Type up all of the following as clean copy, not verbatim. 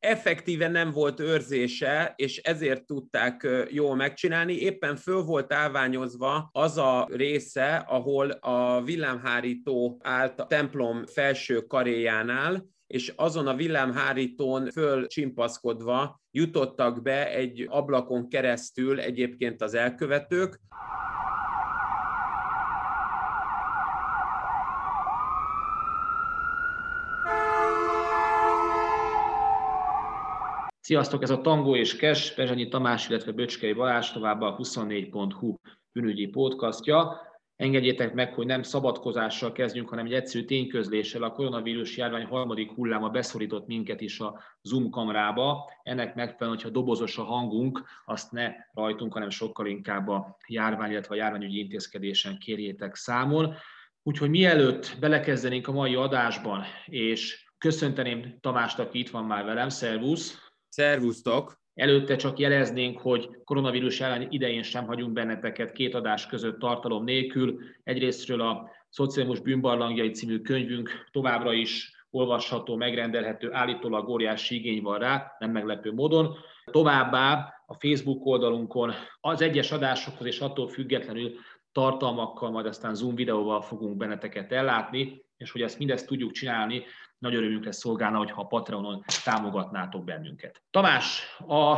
effektíven nem volt őrzése, és ezért tudták jól megcsinálni. Éppen föl volt állványozva az a része, ahol a villámhárító állt a templom felső karéjánál, és azon a villámhárítón fölcsimpaszkodva jutottak be egy ablakon keresztül egyébként az elkövetők. Sziasztok, ez a Tango és Cash, Bezsenyi Tamás, illetve Böcskei Balázs, továbbá a 24.hu bűnügyi podcastja. Engedjétek meg, hogy nem szabadkozással kezdjünk, hanem egy egyszerű tényközléssel. A koronavírus járvány harmadik hulláma beszorított minket is a Zoom kamrába. Ennek megfelelően, hogyha dobozos a hangunk, azt ne rajtunk, hanem sokkal inkább a járvány, illetve a járványügyi intézkedésen kérjétek számon. Úgyhogy mielőtt belekezdenénk a mai adásban, és köszönteném Tamást, aki itt van már velem, szervusz! Szervusztok! Előtte csak jeleznénk, hogy koronavírus járvány idején sem hagyunk benneteket két adás között tartalom nélkül. Egyrésztről a Szocializmus bűnbarlangjai című könyvünk továbbra is olvasható, megrendelhető, állítólag óriási igény van rá, nem meglepő módon. Továbbá a Facebook oldalunkon az egyes adásokhoz és attól függetlenül tartalmakkal, majd aztán Zoom videóval fogunk benneteket ellátni, és hogy ezt mindezt tudjuk csinálni, nagy örömünkre szolgálna, hogyha a Patreonon támogatnátok bennünket. Tamás, a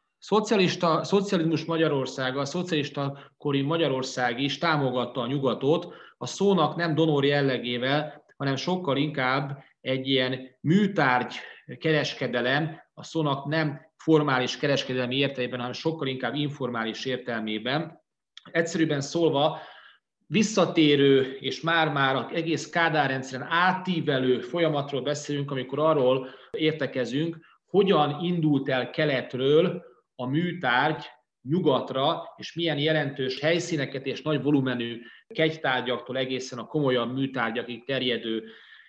szocializmus Magyarországa, a szocialista kori Magyarország is támogatta a nyugatot, a szónak nem donor jellegével, hanem sokkal inkább egy ilyen műtárgy kereskedelem, a szónak nem formális kereskedelmi értelmében, hanem sokkal inkább informális értelmében. Egyszerűen szólva, visszatérő és már az egész Kádár rendszeren átívelő folyamatról beszélünk, amikor arról értekezünk, hogyan indult el keletről a műtárgy nyugatra, és milyen jelentős helyszíneket és nagy volumenű kegytárgyaktól egészen a komolyabb műtárgyakig terjedő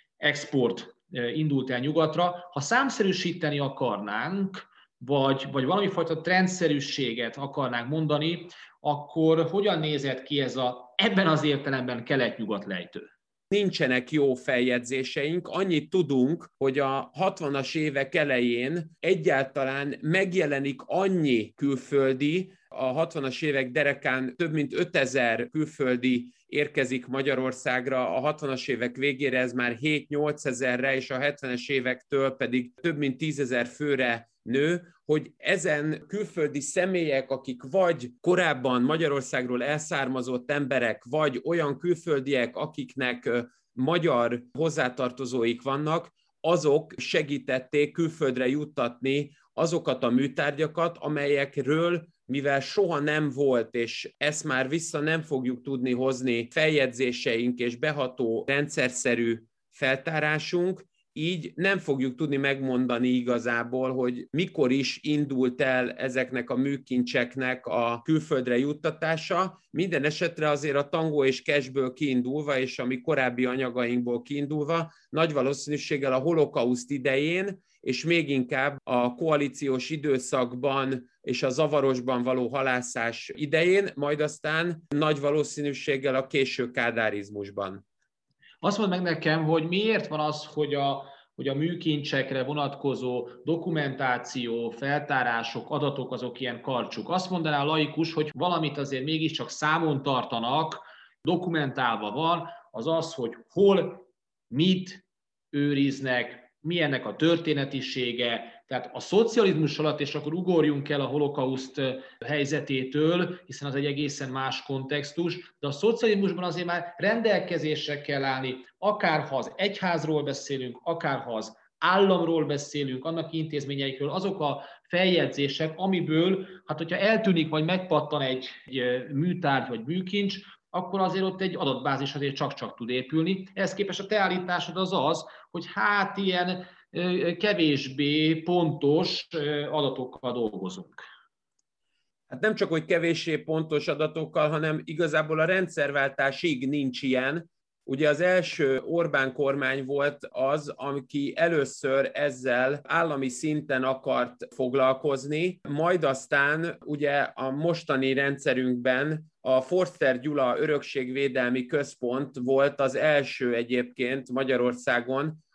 export indult el nyugatra. Ha számszerűsíteni akarnánk, vagy valami fajta trendszerűséget akarnánk mondani, akkor hogyan nézett ki ez ebben az értelemben kelet-nyugat lejtő? Nincsenek jó feljegyzéseink, annyit tudunk, hogy a 60-as évek elején egyáltalán megjelenik annyi külföldi, a 60-as évek derekán több mint 5000 külföldi érkezik Magyarországra, a 60-as évek végére ez már 7-8 ezerre, és a 70-es évektől pedig több mint 10 000 főre nő, hogy ezen külföldi személyek, akik vagy korábban Magyarországról elszármazott emberek, vagy olyan külföldiek, akiknek magyar hozzátartozóik vannak, azok segítették külföldre juttatni azokat a műtárgyakat, amelyekről, mivel soha nem volt, és ezt már vissza nem fogjuk tudni hozni feljegyzéseink és beható rendszerszerű feltárásunk, így nem fogjuk tudni megmondani igazából, hogy mikor is indult el ezeknek a műkincseknek a külföldre juttatása. Minden esetre azért a Tango és Cashből kiindulva, és a mi korábbi anyagainkból kiindulva, nagy valószínűséggel a holokauszt idején, és még inkább a koalíciós időszakban és a zavarosban való halászás idején, majd aztán nagy valószínűséggel a késő kádárizmusban. Azt mondd meg nekem, hogy miért van az, hogy a műkincsekre vonatkozó dokumentáció, feltárások, adatok azok ilyen karcsúk. Azt mondaná a laikus, hogy valamit azért mégiscsak számon tartanak, dokumentálva van, az az, hogy hol, mit őriznek, mi ennek a történetisége. Tehát a szocializmus alatt, és akkor ugorjunk el a holokauszt helyzetétől, hiszen az egy egészen más kontextus, de a szocializmusban azért már rendelkezésre kell állni, akár ha az egyházról beszélünk, akár ha az államról beszélünk, annak intézményeikről, azok a feljegyzések, amiből, hát hogyha eltűnik, vagy megpattan egy műtárgy vagy műkincs, akkor azért ott egy adatbázis azért csak-csak tud épülni. Ehhez képest a te állításod az, hogy hát ilyen kevésbé pontos adatokkal dolgozunk. Hát nem csak, hogy kevéssé pontos adatokkal, hanem igazából a rendszerváltásig nincs ilyen. Ugye az első Orbán kormány volt az, aki először ezzel állami szinten akart foglalkozni, majd aztán ugye a mostani rendszerünkben a Forster Gyula Örökségvédelmi Központ volt az első egyébként Magyarországon,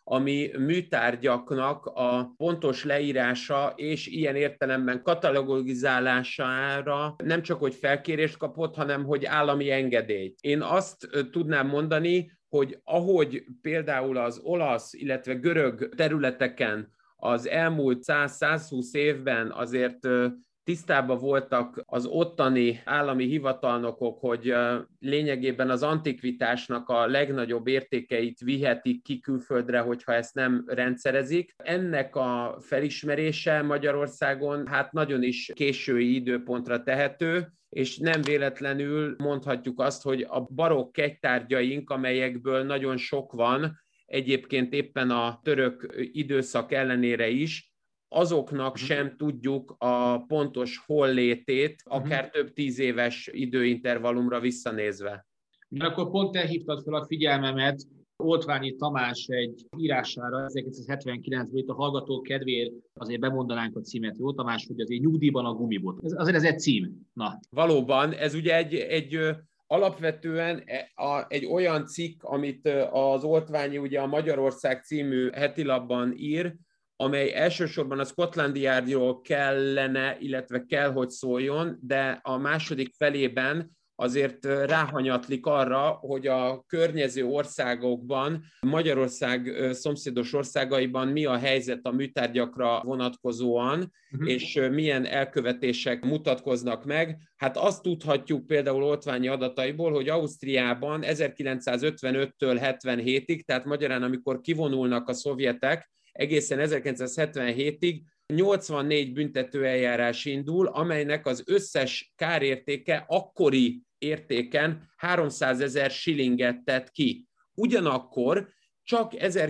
ami műtárgyaknak a pontos leírása és ilyen értelemben katalogizálására nem csak hogy felkérést kapott, hanem hogy állami engedélyt. Én azt tudnám mondani, hogy ahogy például az olasz, illetve görög területeken az elmúlt 100-120 évben azért tisztában voltak az ottani állami hivatalnokok, hogy lényegében az antikvitásnak a legnagyobb értékeit vihetik ki külföldre, hogyha ezt nem rendszerezik. Ennek a felismerése Magyarországon hát nagyon is késői időpontra tehető, és nem véletlenül mondhatjuk azt, hogy a barokk kegytárgyaink, amelyekből nagyon sok van, egyébként éppen a török időszak ellenére is, azoknak sem tudjuk a pontos hollétét, akár több 10 éves időintervallumra visszanézve. De akkor pont elhívtad fel a figyelmemet Oltványi Tamás egy írására 1979-ből, itt a hallgatók kedvéért azért bemondanánk a címet. Jó, Tamás, hogy azért nyugdíjban a gumibot. Ez egy cím. Na. Valóban, ez ugye egy alapvetően egy olyan cikk, amit az Oltványi ugye a Magyarország című hetilapban ír, amely elsősorban a Scotland Yardról kellene, illetve kell, hogy szóljon, de a második felében azért ráhanyatlik arra, hogy a környező országokban, Magyarország szomszédos országaiban mi a helyzet a műtárgyakra vonatkozóan, és milyen elkövetések mutatkoznak meg. Hát azt tudhatjuk például Oltványi adataiból, hogy Ausztriában 1955-től 77-ig, tehát magyarán amikor kivonulnak a szovjetek, egészen 1977-ig 84 büntetőeljárás indul, amelynek az összes kárértéke akkori értéken 300 000 shillinget tett ki. Ugyanakkor csak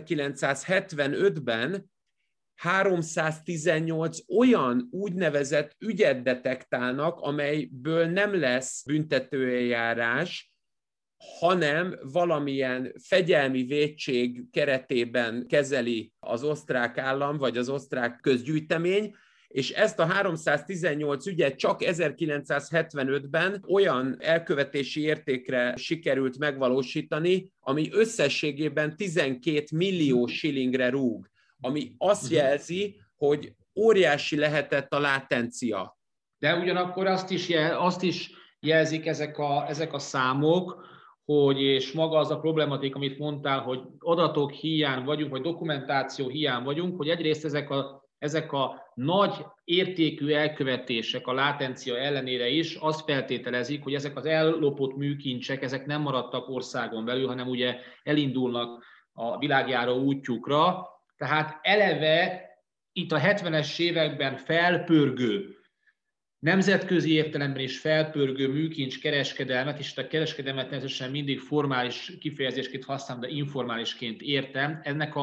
1975-ben 318 olyan úgynevezett ügyet detektálnak, amelyből nem lesz büntetőeljárás, hanem valamilyen fegyelmi vétség keretében kezeli az osztrák állam, vagy az osztrák közgyűjtemény, és ezt a 318 ügyet csak 1975-ben olyan elkövetési értékre sikerült megvalósítani, ami összességében 12 millió shillingre rúg, ami azt jelzi, hogy óriási lehetett a látencia. De ugyanakkor azt is jelzik ezek a számok, hogy és maga az a problematika, amit mondtál, hogy adatok hiány vagyunk, vagy dokumentáció hiány vagyunk, hogy egyrészt ezek a nagy értékű elkövetések a látencia ellenére is azt feltételezik, hogy ezek az ellopott műkincsek, ezek nem maradtak országon belül, hanem ugye elindulnak a világjáró útjukra. Tehát eleve itt a 70-es években felpörgő, nemzetközi értelemben is felpörgő műkincs kereskedelmet, és a kereskedelmet természetesen mindig formális kifejezésként használom, de informálisként értem, ennek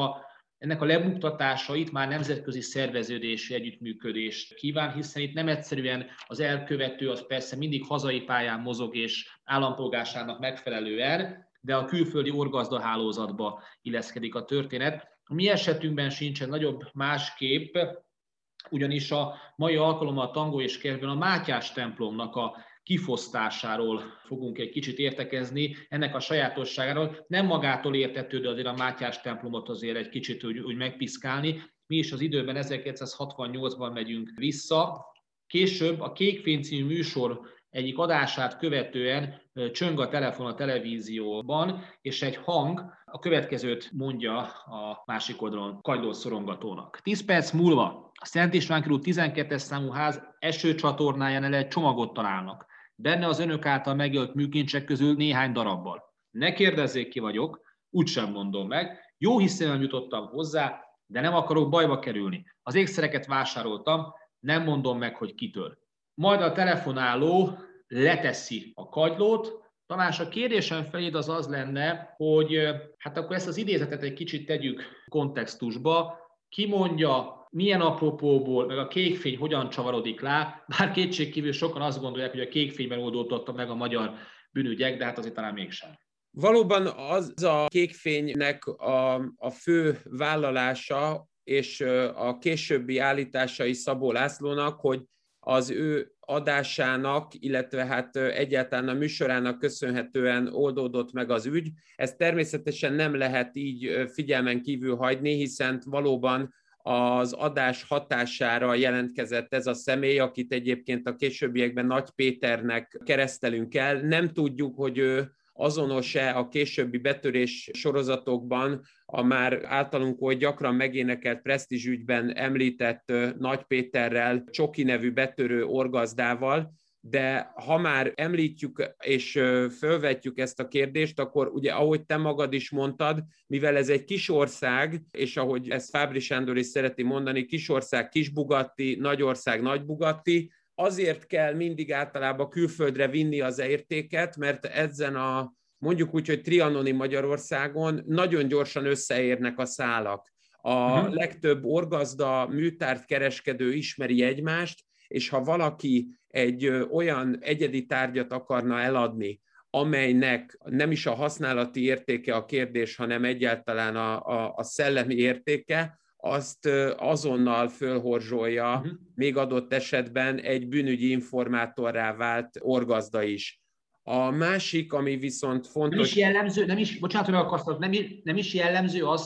a lebuktatása itt már nemzetközi szerveződési együttműködést kíván, hiszen itt nem egyszerűen az elkövető, az persze mindig hazai pályán mozog és állampolgárságnak megfelelően, de a külföldi orgazdahálózatba illeszkedik a történet. A mi esetünkben sincsen nagyobb másképp, ugyanis a mai alkalommal a Tangó és Kertben a Mátyás templomnak a kifosztásáról fogunk egy kicsit értekezni, ennek a sajátosságáról. Nem magától értetődő azért a Mátyás templomot azért egy kicsit úgy megpiszkálni. Mi is az időben 1968-ban megyünk vissza. Később a Kékfény című műsor egyik adását követően csöng a telefon a televízióban, és egy hang a következőt mondja a másik oldalon kagyló szorongatónak. 10 perc múlva a Szent István körút 12-es számú ház esőcsatornáján egy csomagot találnak. Benne az önök által megölt műkincsek közül néhány darabbal. Ne kérdezzék, ki vagyok, úgysem mondom meg. Jó hiszemben jutottam hozzá, de nem akarok bajba kerülni. Az ékszereket vásároltam, nem mondom meg, hogy kitől. Majd a telefonáló leteszi a kagylót. Tamás, a kérdésem feléd az lenne, hogy hát akkor ezt az idézetet egy kicsit tegyük kontextusba. Ki mondja, milyen apropóból, meg a kékfény hogyan csavarodik le, bár kétségkívül sokan azt gondolják, hogy a kékfényben oldódottak meg a magyar bűnügyek, de hát azért talán mégsem. Valóban az a kékfénynek a fő vállalása, és a későbbi állításai Szabó Lászlónak, hogy az ő adásának, illetve hát egyáltalán a műsorának köszönhetően oldódott meg az ügy. Ezt természetesen nem lehet így figyelmen kívül hagyni, hiszen valóban az adás hatására jelentkezett ez a személy, akit egyébként a későbbiekben Nagy Péternek keresztelünk el. Nem tudjuk, hogy ő azonos-e a későbbi betörés sorozatokban a már általunk oly gyakran megénekelt presztízsügyben említett Nagy Péterrel, Csoki nevű betörő orgazdával, de ha már említjük és fölvetjük ezt a kérdést, akkor ugye, ahogy te magad is mondtad, mivel ez egy kis ország, és ahogy ezt Fábry Sándor is szereti mondani, kisország kis Bugatti, nagyország nagy Bugatti, azért kell mindig általában külföldre vinni az értéket, mert ezen a mondjuk úgy, hogy trianoni Magyarországon nagyon gyorsan összeérnek a szálak. A legtöbb orgazda, műtárt kereskedő ismeri egymást, és ha valaki egy olyan egyedi tárgyat akarna eladni, amelynek nem is a használati értéke a kérdés, hanem egyáltalán a szellemi értéke, azt azonnal fölhorzsolja, még adott esetben egy bűnügyi informátorrá vált orgazda is. A másik, ami viszont fontos... Nem is jellemző, bocsánat, hogy akasztok, nem is jellemző az,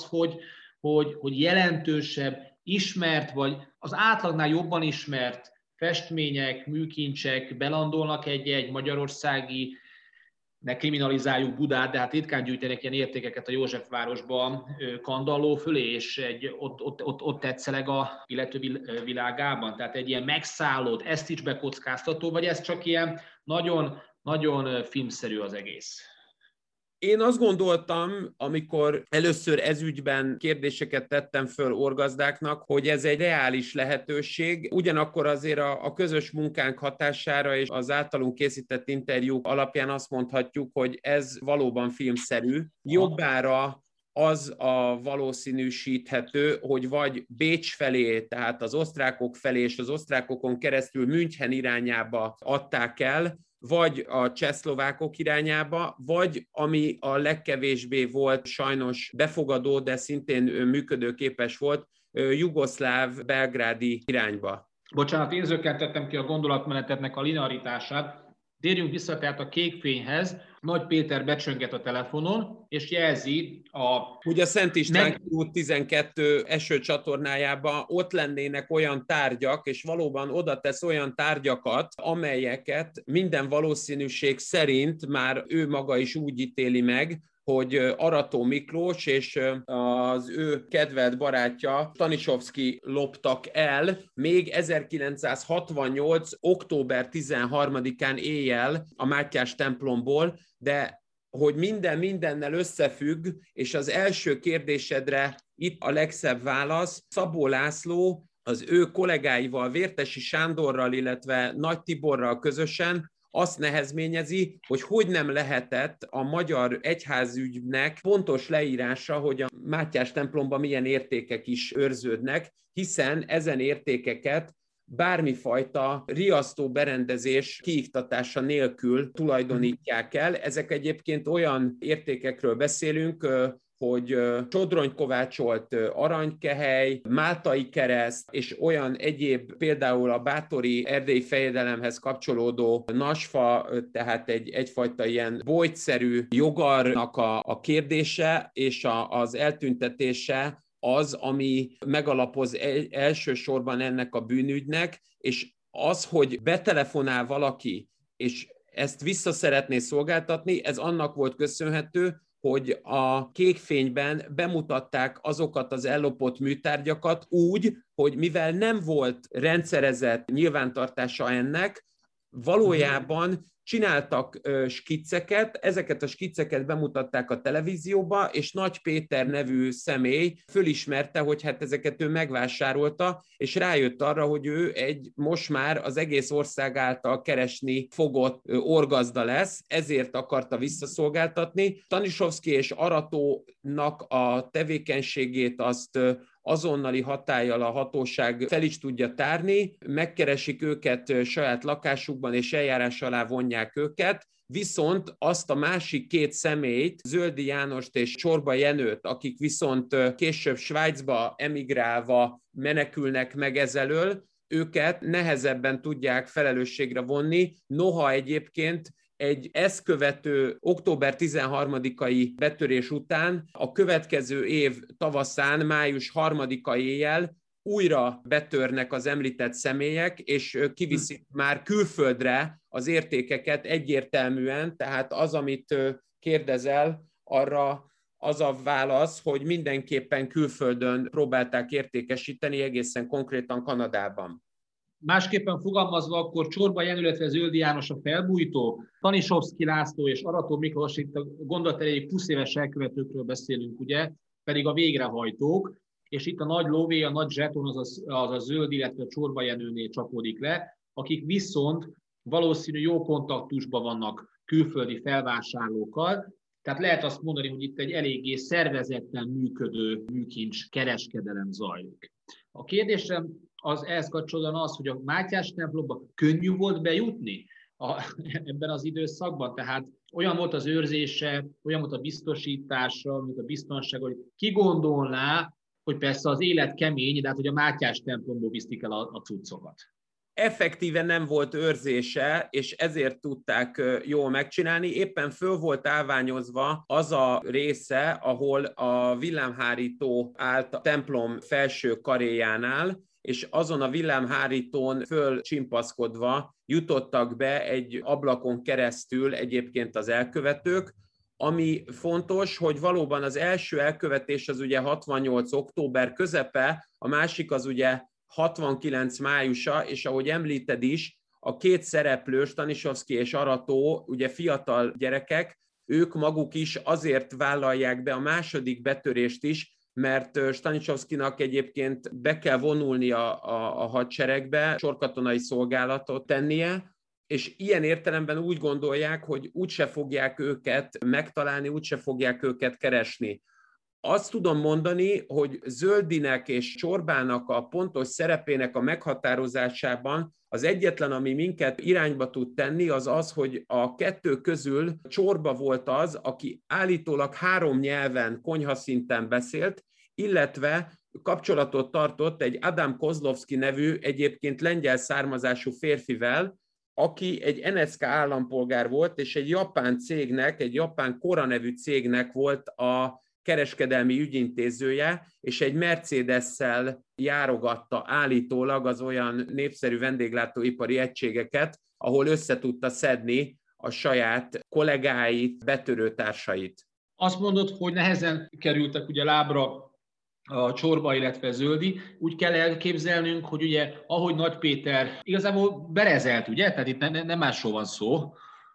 hogy jelentősebb, ismert, vagy az átlagnál jobban ismert festmények, műkincsek belandolnak egy magyarországi, ne kriminalizáljuk Budát, de hát ritkán gyűjtenek ilyen értékeket a Józsefvárosban Kandalló fölé, és ott tetszeleg a illető világában. Tehát egy ilyen megszállott, ezt is bekockáztató, vagy ez csak ilyen nagyon, nagyon filmszerű az egész? Én azt gondoltam, amikor először ezügyben kérdéseket tettem föl orgazdáknak, hogy ez egy reális lehetőség. Ugyanakkor azért a közös munkánk hatására és az általunk készített interjúk alapján azt mondhatjuk, hogy ez valóban filmszerű. Jobbára az a valószínűsíthető, hogy vagy Bécs felé, tehát az osztrákok felé és az osztrákokon keresztül München irányába adták el, vagy a csehszlovákok irányába, vagy ami a legkevésbé volt sajnos befogadó, de szintén működőképes volt, jugoszláv, belgrádi irányba. Bocsánat, én zökkentettem ki a gondolatmenetetnek a linearitását. Térjünk vissza tehát a kékfényhez. Nagy Péter becsönget a telefonon, és jelzi ugye a Szent István út 12 esőcsatornájában ott lennének olyan tárgyak, és valóban oda tesz olyan tárgyakat, amelyeket minden valószínűség szerint már ő maga is úgy ítéli meg, hogy Arató Miklós és az ő kedvelt barátja Staniszewski loptak el még 1968. október 13-án éjjel a Mátyás templomból, de hogy minden mindennel összefügg, és az első kérdésedre itt a legszebb válasz, Szabó László az ő kollégáival, Vértesi Sándorral, illetve Nagy Tiborral közösen azt nehezményezi, hogy nem lehetett a magyar egyházügynek pontos leírása, hogy a Mátyás templomban milyen értékek is őrződnek, hiszen ezen értékeket bármifajta riasztó berendezés kiiktatása nélkül tulajdonítják el. Ezek egyébként olyan értékekről beszélünk, hogy sodronykovácsolt aranykehely, máltai kereszt és olyan egyéb, például a bátori erdélyi fejedelemhez kapcsolódó nasfa, tehát egyfajta ilyen bojtszerű jogarnak a kérdése és az eltüntetése az, ami megalapoz elsősorban ennek a bűnügynek, és az, hogy betelefonál valaki, és ezt vissza szeretné szolgáltatni, ez annak volt köszönhető, hogy a kékfényben bemutatták azokat az ellopott műtárgyakat úgy, hogy mivel nem volt rendszerezett nyilvántartása ennek, valójában csináltak skicceket, ezeket a skicceket bemutatták a televízióba, és Nagy Péter nevű személy fölismerte, hogy hát ezeket ő megvásárolta, és rájött arra, hogy ő egy most már az egész ország által keresni fogott orgazda lesz, ezért akarta visszaszolgáltatni. Staniszewski és Aratónak a tevékenységét azt azonnali hatállyal a hatóság fel is tudja tárni, megkeresik őket saját lakásukban, és eljárás alá vonják őket, viszont azt a másik két személyt, Zöldi Jánost és Csorba Jenőt, akik viszont később Svájcba emigrálva menekülnek meg ezelől, őket nehezebben tudják felelősségre vonni, noha egyébként egy ezt követő október 13-ai betörés után a következő év tavaszán, május 3-ai éjjel újra betörnek az említett személyek, és kiviszik már külföldre az értékeket egyértelműen, tehát az, amit kérdezel, arra az a válasz, hogy mindenképpen külföldön próbálták értékesíteni, egészen konkrétan Kanadában. Másképpen fogalmazva, akkor Csorba Jenő, illetve Zöldi János a felbújtó, Staniszewski László és Arató Miklós, itt a gondolat elég 20 éves elkövetőkről beszélünk, ugye, pedig a végrehajtók, és itt a nagy lóvé, a nagy zseton az a Zöld, illetve Csorba Jenőnél csapódik le, akik viszont valószínű jó kontaktusban vannak külföldi felvásárlókkal, tehát lehet azt mondani, hogy itt egy eléggé szervezetten működő műkincs kereskedelem zajlik. A kérdésem az ehhez kapcsolatban az, hogy a Mátyás templomba könnyű volt bejutni ebben az időszakban, tehát olyan volt az őrzése, olyan volt a biztosítása, mint a biztonság, hogy ki gondolná, hogy persze az élet kemény, de hát hogy a Mátyás templomból visztik el a cuccokat. Effektíve nem volt őrzése, és ezért tudták jól megcsinálni. Éppen föl volt állványozva az a része, ahol a villámhárító állt a templom felső karéjánál, és azon a villámhárítón fölcsimpaszkodva jutottak be egy ablakon keresztül egyébként az elkövetők. Ami fontos, hogy valóban az első elkövetés az ugye 68. október közepe, a másik az ugye 69 májusa, és ahogy említed is, a két szereplő, Staniszewski és Arató, ugye fiatal gyerekek, ők maguk is azért vállalják be a második betörést is, mert Staniszewskinak egyébként be kell vonulnia a hadseregbe, sorkatonai szolgálatot tennie, és ilyen értelemben úgy gondolják, hogy úgyse fogják őket megtalálni, úgyse fogják őket keresni. Azt tudom mondani, hogy Zöldinek és Csorbának a pontos szerepének a meghatározásában az egyetlen, ami minket irányba tud tenni, az az, hogy a kettő közül Csorba volt az, aki állítólag 3 nyelven, konyhaszinten beszélt, illetve kapcsolatot tartott egy Adam Kozlovski nevű, egyébként lengyel származású férfivel, aki egy NSK állampolgár volt, és egy japán cégnek, egy japán Kora nevű cégnek volt a kereskedelmi ügyintézője, és egy Mercedes-szel járogatta állítólag az olyan népszerű vendéglátóipari egységeket, ahol össze tudta szedni a saját kollégáit, betörőtársait. Azt mondod, hogy nehezen kerültek ugye lábra a Csorba, illetve Zöldi. Úgy kell elképzelnünk, hogy ugye, ahogy Nagy Péter igazából berezelt, ugye? Tehát itt nem másról van szó.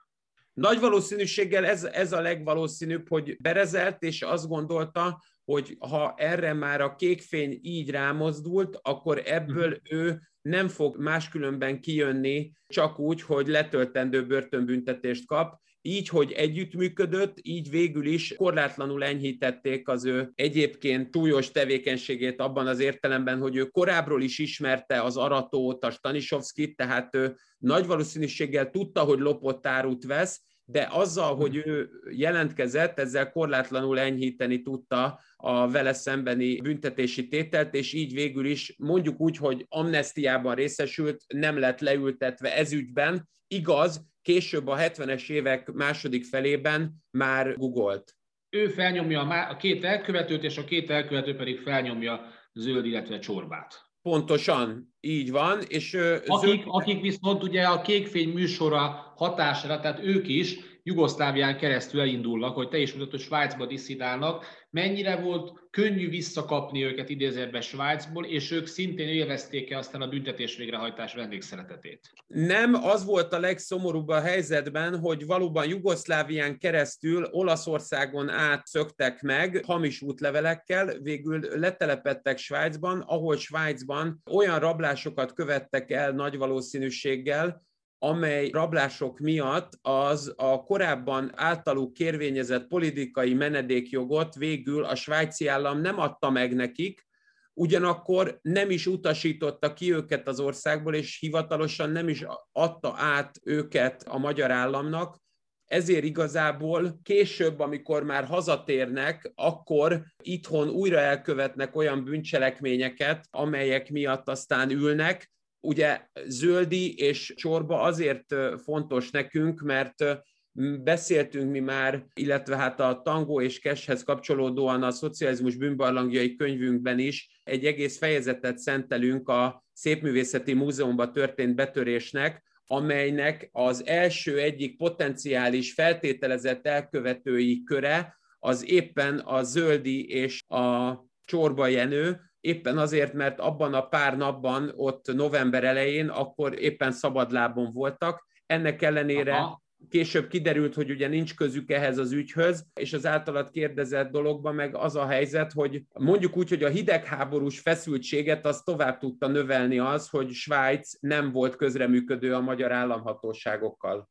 Nagy valószínűséggel ez a legvalószínűbb, hogy berezelt, és azt gondolta, hogy ha erre már a kékfény így rámozdult, akkor ebből ő nem fog máskülönben kijönni, csak úgy, hogy letöltendő börtönbüntetést kap. Így, hogy együttműködött, így végül is korlátlanul enyhítették az ő egyébként súlyos tevékenységét abban az értelemben, hogy ő korábbról is ismerte az Aratót, a Staniszewskit, tehát ő nagy valószínűséggel tudta, hogy lopott árut vesz, de azzal, hogy ő jelentkezett, ezzel korlátlanul enyhíteni tudta a vele szembeni büntetési tételt, és így végül is mondjuk úgy, hogy amnesztiában részesült, nem lett leültetve ez ügyben. Igaz, később a 70-es évek második felében már googolt. Ő felnyomja a két elkövetőt, és a két elkövető pedig felnyomja Zöld, illetve Csorbát. Pontosan, így van. És akik viszont ugye a Kékfény műsora hatására, tehát ők is Jugoszlávián keresztül elindulnak, hogy te is mondtad, hogy Svájcba disszidálnak. Mennyire volt könnyű visszakapni őket idézőjelben Svájcból, és ők szintén élvezték-e aztán a büntetés végrehajtás vendégszeretetét? Nem, az volt a legszomorúbb a helyzetben, hogy valóban Jugoszlávián keresztül Olaszországon át szöktek meg hamis útlevelekkel, végül letelepedtek Svájcban, ahol Svájcban olyan rablásokat követtek el nagy valószínűséggel, amely rablások miatt az a korábban általuk kérvényezett politikai menedékjogot végül a svájci állam nem adta meg nekik, ugyanakkor nem is utasította ki őket az országból, és hivatalosan nem is adta át őket a magyar államnak. Ezért igazából később, amikor már hazatérnek, akkor itthon újra elkövetnek olyan bűncselekményeket, amelyek miatt aztán ülnek. Ugye Zöldi és Csorba azért fontos nekünk, mert beszéltünk mi már, illetve hát a tangó és cash-hez kapcsolódóan a Szocializmus bűnbarlangjai könyvünkben is egy egész fejezetet szentelünk a Szépművészeti Múzeumban történt betörésnek, amelynek az első egyik potenciális feltételezett elkövetői köre az éppen a Zöldi és a Csorba Jenő, éppen azért, mert abban a pár napban, ott november elején, akkor éppen szabadlábon voltak. Ennek ellenére később kiderült, hogy ugye nincs közük ehhez az ügyhöz, és az általad kérdezett dologban meg az a helyzet, hogy mondjuk úgy, hogy a hidegháborús feszültséget az tovább tudta növelni az, hogy Svájc nem volt közreműködő a magyar államhatóságokkal.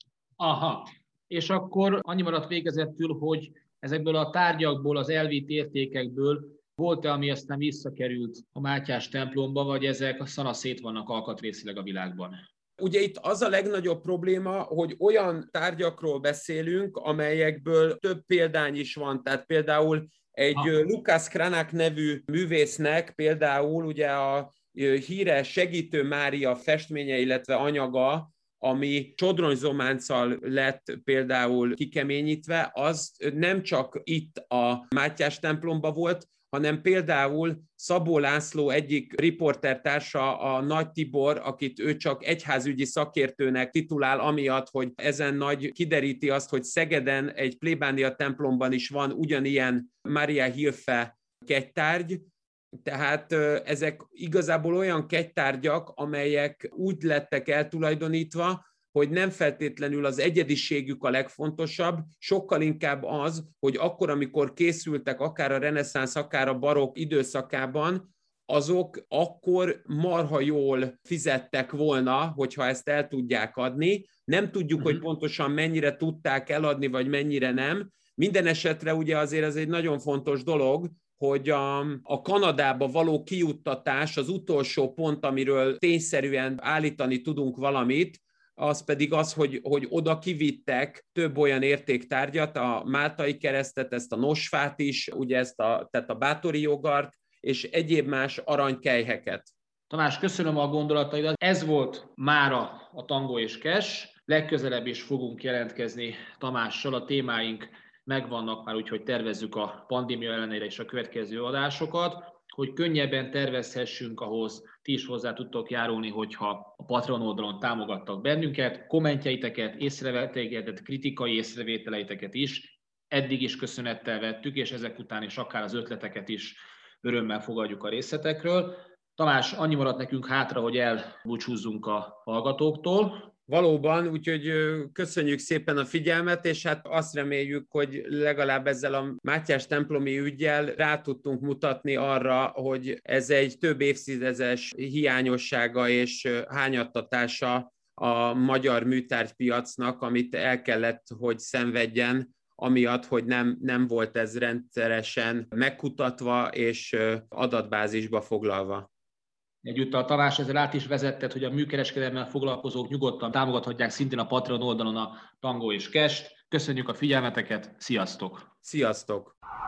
Aha, és akkor annyi maradt végezetül, hogy ezekből a tárgyakból, az elvitt értékekből volt-e, ami aztán visszakerült a Mátyás templomba, vagy ezek a szanaszét vannak alkatrészileg a világban? Ugye itt az a legnagyobb probléma, hogy olyan tárgyakról beszélünk, amelyekből több példány is van. Tehát például egy Lukács Cranach nevű művésznek például ugye a híres Segítő Mária festménye, illetve anyaga, ami sodronyzománccal lett például kikeményítve, az nem csak itt a Mátyás templomban volt, hanem például Szabó László egyik riportertársa, a Nagy Tibor, akit ő csak egyházügyi szakértőnek titulál, amiatt, hogy ezen nagy kideríti azt, hogy Szegeden egy plébánia templomban is van ugyanilyen Maria Hilfe kegytárgy, tehát ezek igazából olyan kegytárgyak, amelyek úgy lettek eltulajdonítva, hogy nem feltétlenül az egyediségük a legfontosabb, sokkal inkább az, hogy akkor, amikor készültek akár a reneszánsz, akár a barokk időszakában, azok akkor marha jól fizettek volna, hogyha ezt el tudják adni. Nem tudjuk, hogy pontosan mennyire tudták eladni, vagy mennyire nem. Minden esetre ugye azért ez egy nagyon fontos dolog, hogy a Kanadába való kijuttatás az utolsó pont, amiről tényszerűen állítani tudunk valamit, az pedig az, hogy oda kivittek több olyan értéktárgyat, a máltai keresztet, ezt a nosfát is, ugye tehát a bátori jogart, és egyéb más aranykelyheket. Tamás, köszönöm a gondolataidat. Ez volt mára a Tangó és Cash. Legközelebb is fogunk jelentkezni Tamással. A témáink megvannak már, úgyhogy tervezzük a pandémia ellenére is a következő adásokat. Hogy könnyebben tervezhessünk, ahhoz ti is hozzá tudtok járulni, hogyha a Patreon oldalon támogattak bennünket. Kommentjeiteket, észrevételeiteket, kritikai észrevételeiteket is eddig is köszönettel vettük, és ezek után is akár az ötleteket is örömmel fogadjuk a részletekről. Tamás, annyi maradt nekünk hátra, hogy elbúcsúzzunk a hallgatóktól. Valóban, úgyhogy köszönjük szépen a figyelmet, és hát azt reméljük, hogy legalább ezzel a Mátyás templomi üggyel rá tudtunk mutatni arra, hogy ez egy több évtizedes hiányossága és hányattatása a magyar műtárgypiacnak, amit el kellett, hogy szenvedjen, amiatt, hogy nem volt ez rendszeresen megkutatva és adatbázisba foglalva. Egyúttal Tamás, ezzel át is vezetted, hogy a műkereskedelemmel foglalkozók nyugodtan támogathatják szintén a Patreon oldalon a Tangó és Cash-t. Köszönjük a figyelmeteket, sziasztok! Sziasztok!